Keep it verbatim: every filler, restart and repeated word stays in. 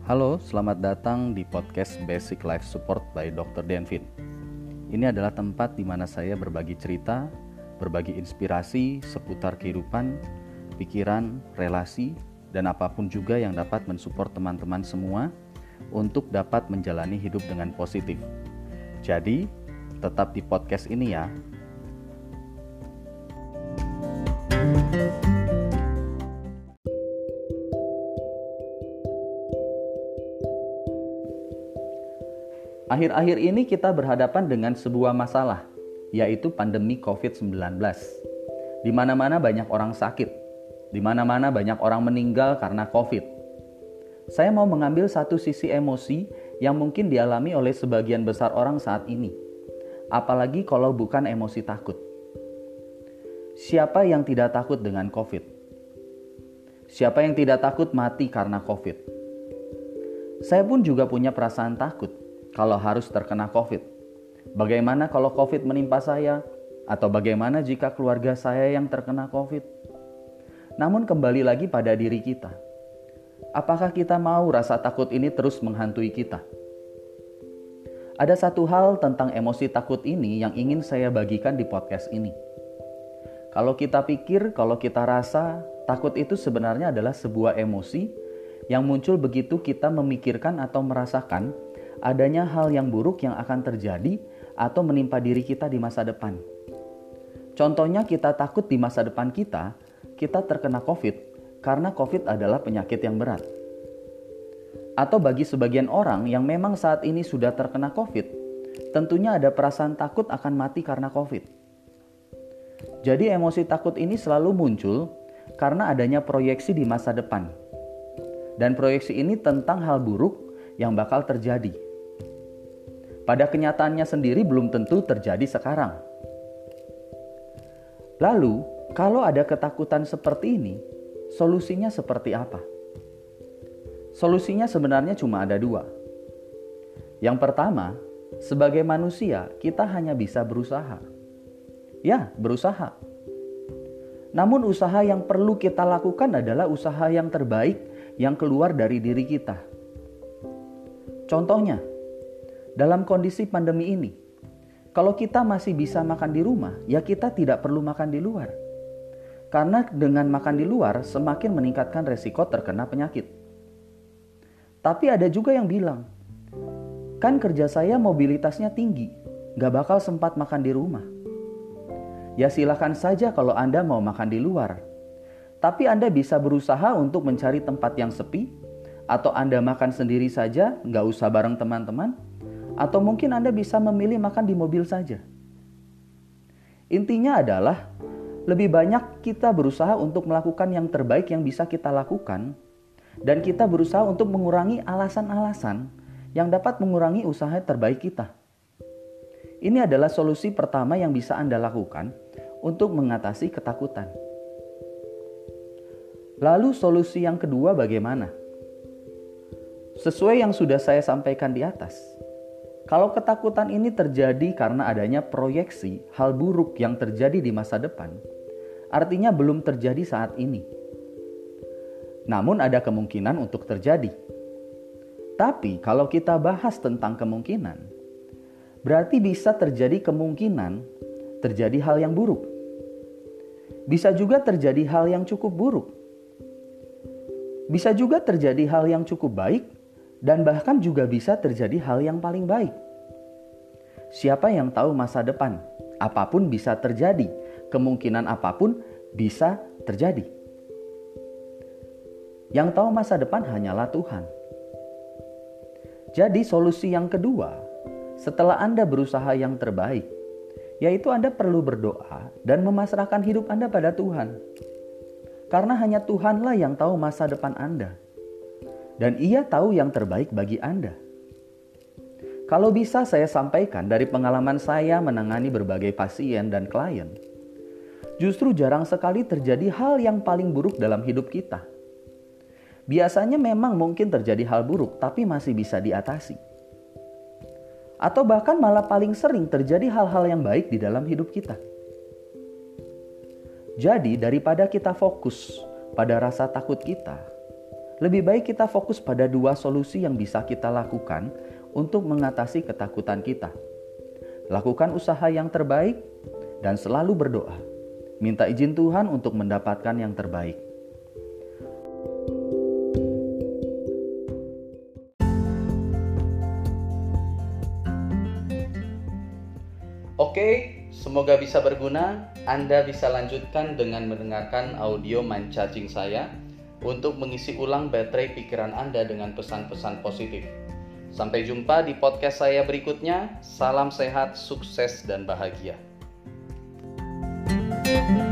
Halo, selamat datang di podcast Basic Life Support by dokter Denvin. Ini adalah tempat di mana saya berbagi cerita, berbagi inspirasi seputar kehidupan, pikiran, relasi, dan apapun juga yang dapat mensupport teman-teman semua untuk dapat menjalani hidup dengan positif. Jadi, tetap di podcast ini ya. Akhir-akhir ini kita berhadapan dengan sebuah masalah, yaitu pandemi covid sembilan belas. Di mana-mana banyak orang sakit, di mana-mana banyak orang meninggal karena COVID. Saya mau mengambil satu sisi emosi yang mungkin dialami oleh sebagian besar orang saat ini. Apalagi kalau bukan emosi takut. Siapa yang tidak takut dengan COVID? Siapa yang tidak takut mati karena COVID? Saya pun juga punya perasaan takut kalau harus terkena COVID. Bagaimana kalau COVID menimpa saya? Atau bagaimana jika keluarga saya yang terkena COVID? Namun kembali lagi pada diri kita. Apakah kita mau rasa takut ini terus menghantui kita? Ada satu hal tentang emosi takut ini yang ingin saya bagikan di podcast ini. Kalau kita pikir, kalau kita rasa, takut itu sebenarnya adalah sebuah emosi yang muncul begitu kita memikirkan atau merasakan adanya hal yang buruk yang akan terjadi atau menimpa diri kita di masa depan. Contohnya kita takut di masa depan kita, kita terkena COVID karena COVID adalah penyakit yang berat. Atau bagi sebagian orang yang memang saat ini sudah terkena COVID, tentunya ada perasaan takut akan mati karena COVID. Jadi emosi takut ini selalu muncul karena adanya proyeksi di masa depan. Dan proyeksi ini tentang hal buruk yang bakal terjadi. Pada kenyataannya sendiri belum tentu terjadi sekarang. Lalu, kalau ada ketakutan seperti ini, solusinya seperti apa? Solusinya sebenarnya cuma ada dua. Yang pertama, sebagai manusia, kita hanya bisa berusaha. Ya, berusaha. Namun usaha yang perlu kita lakukan adalah usaha yang terbaik yang keluar dari diri kita. Contohnya, dalam kondisi pandemi ini, kalau kita masih bisa makan di rumah, ya kita tidak perlu makan di luar. Karena dengan makan di luar semakin meningkatkan resiko terkena penyakit. Tapi ada juga yang bilang, kan kerja saya mobilitasnya tinggi, gak bakal sempat makan di rumah. Ya silakan saja kalau Anda mau makan di luar. Tapi Anda bisa berusaha untuk mencari tempat yang sepi, atau Anda makan sendiri saja, gak usah bareng teman-teman. Atau mungkin Anda bisa memilih makan di mobil saja. Intinya adalah lebih banyak kita berusaha untuk melakukan yang terbaik yang bisa kita lakukan. Dan kita berusaha untuk mengurangi alasan-alasan yang dapat mengurangi usaha terbaik kita. Ini adalah solusi pertama yang bisa Anda lakukan untuk mengatasi ketakutan. Lalu solusi yang kedua bagaimana? Sesuai yang sudah saya sampaikan di atas. Kalau ketakutan ini terjadi karena adanya proyeksi hal buruk yang terjadi di masa depan, artinya belum terjadi saat ini. Namun ada kemungkinan untuk terjadi. Tapi kalau kita bahas tentang kemungkinan, berarti bisa terjadi kemungkinan terjadi hal yang buruk. Bisa juga terjadi hal yang cukup buruk. Bisa juga terjadi hal yang cukup baik. Dan bahkan juga bisa terjadi hal yang paling baik. Siapa yang tahu masa depan? Apapun bisa terjadi. Kemungkinan apapun bisa terjadi. Yang tahu masa depan hanyalah Tuhan. Jadi solusi yang kedua, setelah Anda berusaha yang terbaik, yaitu Anda perlu berdoa dan memasrahkan hidup Anda pada Tuhan. Karena hanya Tuhanlah yang tahu masa depan Anda. Dan Ia tahu yang terbaik bagi Anda. Kalau bisa saya sampaikan dari pengalaman saya menangani berbagai pasien dan klien, justru jarang sekali terjadi hal yang paling buruk dalam hidup kita. Biasanya memang mungkin terjadi hal buruk, tapi masih bisa diatasi. Atau bahkan malah paling sering terjadi hal-hal yang baik di dalam hidup kita. Jadi daripada kita fokus pada rasa takut kita, Lebih baik kita fokus pada dua solusi yang bisa kita lakukan untuk mengatasi ketakutan kita. Lakukan usaha yang terbaik dan selalu berdoa. Minta izin Tuhan untuk mendapatkan yang terbaik. Oke, semoga bisa berguna. Anda bisa lanjutkan dengan mendengarkan audio mind charging saya untuk mengisi ulang baterai pikiran Anda dengan pesan-pesan positif. Sampai jumpa di podcast saya berikutnya. Salam sehat, sukses, dan bahagia.